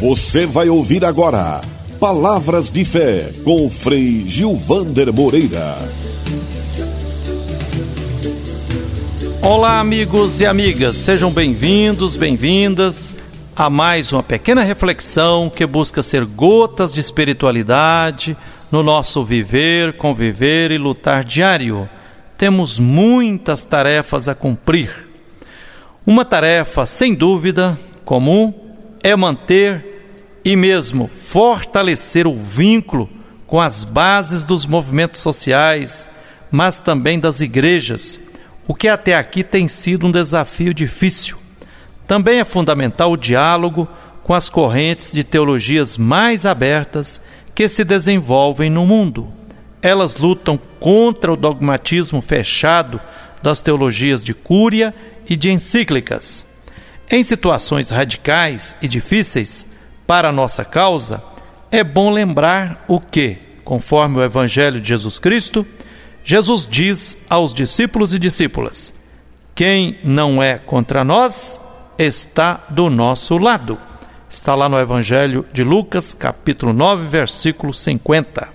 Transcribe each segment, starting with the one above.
Você vai ouvir agora Palavras de Fé com o Frei Gilvander Moreira. Olá, amigos e amigas, sejam bem-vindos, bem-vindas a mais uma pequena reflexão que busca ser gotas de espiritualidade no nosso viver, conviver e lutar diário. Temos muitas tarefas a cumprir. Uma tarefa, sem dúvida, comum é manter e mesmo fortalecer o vínculo com as bases dos movimentos sociais, mas também das igrejas, o que até aqui tem sido um desafio difícil. Também é fundamental o diálogo com as correntes de teologias mais abertas que se desenvolvem no mundo. Elas lutam contra o dogmatismo fechado das teologias de cúria e de encíclicas. Em situações radicais e difíceis para a nossa causa, é bom lembrar o que, conforme o Evangelho de Jesus Cristo, Jesus diz aos discípulos e discípulas: quem não é contra nós está do nosso lado. Está lá no Evangelho de Lucas, capítulo 9, versículo 50.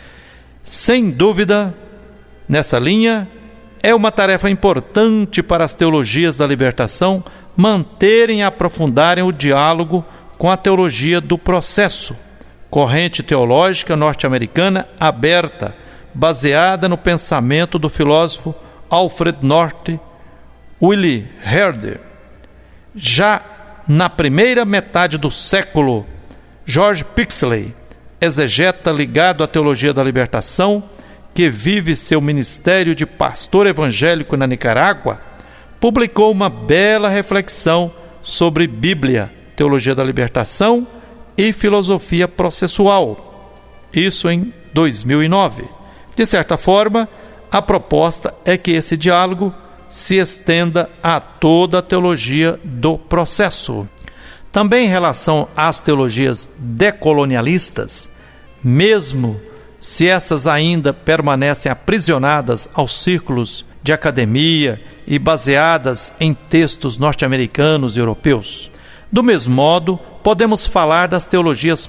Sem dúvida, nessa linha, é uma tarefa importante para as teologias da libertação manterem e aprofundarem o diálogo com a teologia do processo, corrente teológica norte-americana aberta, baseada no pensamento do filósofo Alfred North Whitehead. Já na primeira metade do século, George Pixley, exegeta ligado à teologia da libertação, que vive seu ministério de pastor evangélico na Nicarágua, publicou uma bela reflexão sobre Bíblia, teologia da libertação e filosofia processual. Isso em 2009. De certa forma, a proposta é que esse diálogo se estenda a toda a teologia do processo. Também em relação às teologias decolonialistas, mesmo se essas ainda permanecem aprisionadas aos círculos de academia e baseadas em textos norte-americanos e europeus. Do mesmo modo, podemos falar das teologias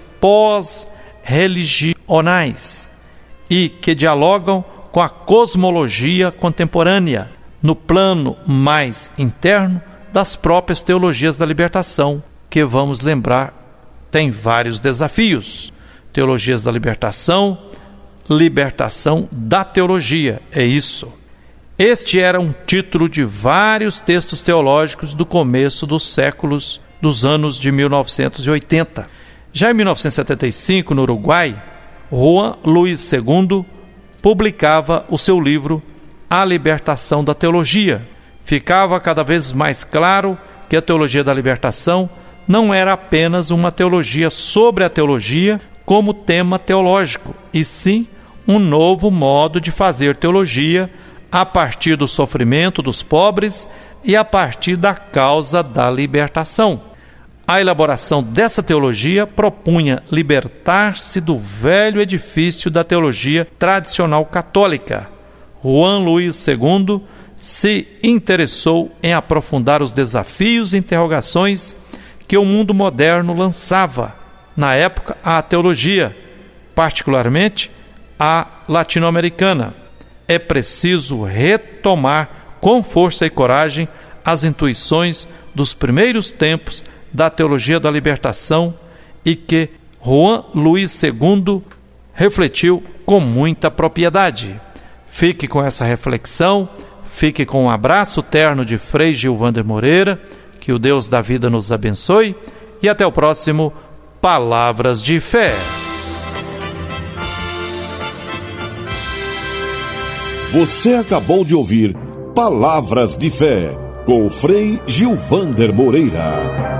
pós-religionais e que dialogam com a cosmologia contemporânea, no plano mais interno das próprias teologias da libertação, que, vamos lembrar, tem vários desafios. Teologias da libertação, libertação da teologia, é isso. Este era um título de vários textos teológicos do começo dos anos de 1980. Já em 1975, no Uruguai, Juan Luis II publicava o seu livro A Libertação da Teologia. Ficava cada vez mais claro que a teologia da libertação não era apenas uma teologia sobre a teologia como tema teológico, e sim um novo modo de fazer teologia a partir do sofrimento dos pobres e a partir da causa da libertação. A elaboração dessa teologia propunha libertar-se do velho edifício da teologia tradicional católica. Juan Luis II se interessou em aprofundar os desafios e interrogações que o mundo moderno lançava, na época, à teologia, particularmente a latino-americana. É preciso retomar com força e coragem as intuições dos primeiros tempos da teologia da libertação e que Juan Luis II refletiu com muita propriedade. Fique com essa reflexão, fique com um abraço terno de Frei Gilvander Moreira, que o Deus da vida nos abençoe e até o próximo Palavras de Fé. Você acabou de ouvir Palavras de Fé com o Frei Gilvander Moreira.